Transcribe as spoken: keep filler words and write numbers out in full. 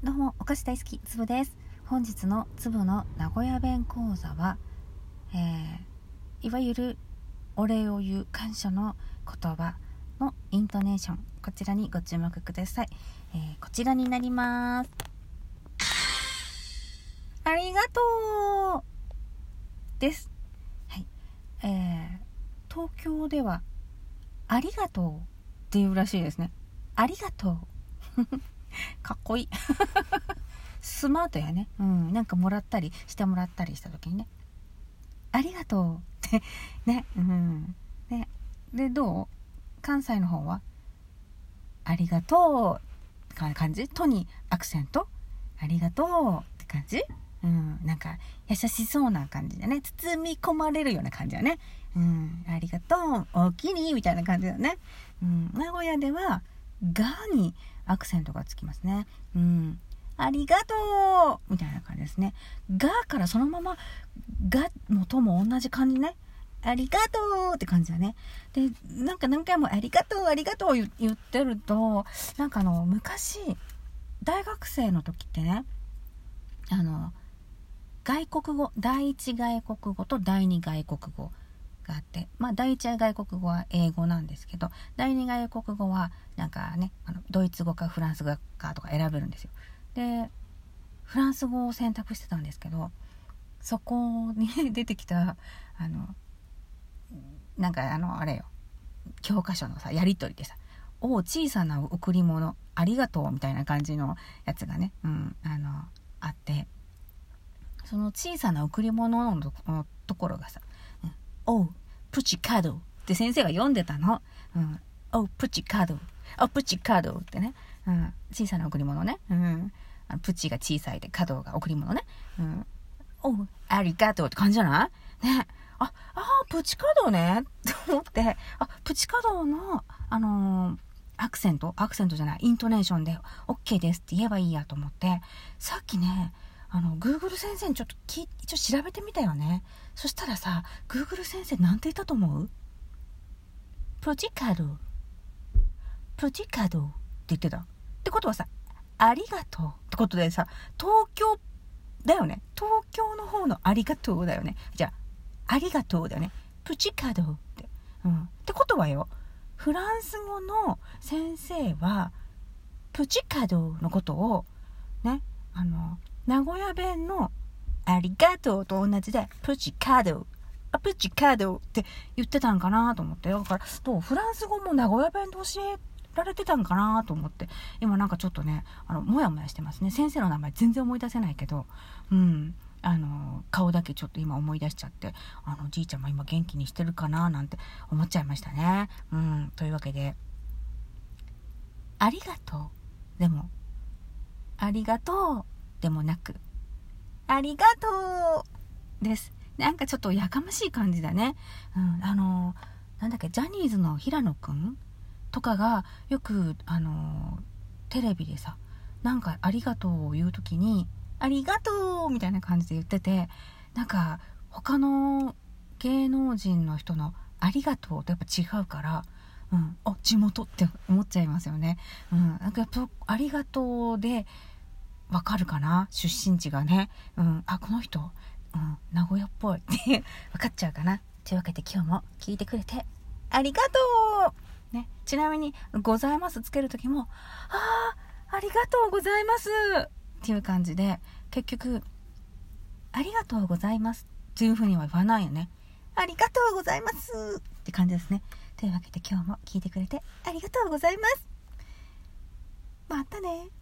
どうもお菓子大好きつぶです。本日のつぶの名古屋弁講座は、えー、いわゆるお礼を言う感謝の言葉のイントネーション、こちらにご注目ください。えー、こちらになります。ありがとうです。はい、えー、東京ではありがとうっていうらしいですね。ありがとうかっこいいスマートやね。うん、なんかもらったりしてもらったりした時にね、ありがとうってね、うん、ね、でどう？関西の方はありがとうって感じ？とにアクセント、ありがとうって感じ？うん、なんか優しそうな感じだね。包み込まれるような感じだね。うん、ありがとう、おきにみたいな感じだね。うん、名古屋ではがにアクセントがつきますね。うん、ありがとうみたいな感じですね。がからそのままがもとも同じ感じね。ありがとうって感じだね。で、なんか何回もありがとうありがとう言ってると、なんかあの昔大学生の時ってね、あの外国語、第一外国語と第二外国語があって、まあ第一外国語は英語なんですけど、第二外国語はなんかね、あのドイツ語かフランス語かとか選べるんですよ。で、フランス語を選択してたんですけど、そこに出てきたあのなんかあのあれよ、教科書のさやりとりでさ、お小さな贈り物ありがとうみたいな感じのやつがね、うん、あのあって、その小さな贈り物の と, のところがさ、うん、おうプチカードって先生が読んでたの。うん、おうプチカード、おプチカードってね、うん、小さな贈り物ね、うん、あのプチが小さいでカードが贈り物ね、うん、おうありがとうって感じじゃないね。ああプチカードねと思って、あプチカードのあのー、アクセントアクセントじゃないイントネーションで OK ですって言えばいいやと思って、さっきねあの Google 先生にちょっとき一応調べてみたよね。そしたらさ Google 先生なんて言ったと思う？プチカードプチカードって言ってたってことはさ、ありがとうってことでさ、東京だよね。東京の方のありがとうだよね。じゃあありがとうだよね。プチカードって、うん、ってことはよ、フランス語の先生はプチカードのことをね、あの名古屋弁のありがとうと同じでプチカード、あプチカードって言ってたんかなと思って、だからどうフランス語も名古屋弁で教えられてたんかなと思って、今なんかちょっとねあのもやもやしてますね。先生の名前全然思い出せないけど、うんあの顔だけちょっと今思い出しちゃって、あのじいちゃんも今元気にしてるかななんて思っちゃいましたね。うんというわけで、ありがとうでもありがとうでもなく、ありがとうです。なんかちょっとやかましい感じだね。うん、あのなんだっけ、ジャニーズの平野くんとかがよくあのテレビでさ、なんかありがとうを言うときにありがとうみたいな感じで言ってて、なんか他の芸能人の人のありがとうとやっぱ違うから、うん、あ地元って思っちゃいますよね。うん、なんかやっぱありがとうでわかるかな、出身地がね、うん、あこの人、うん、名古屋っぽいって分かっちゃうかな。というわけで今日も聞いてくれてありがとう、ね、ちなみにございますつけるときもあーありがとうございますっていう感じで、結局ありがとうございますっていうふうには言わないよね。ありがとうございますって感じですね。というわけで今日も聞いてくれてありがとうございます。またね。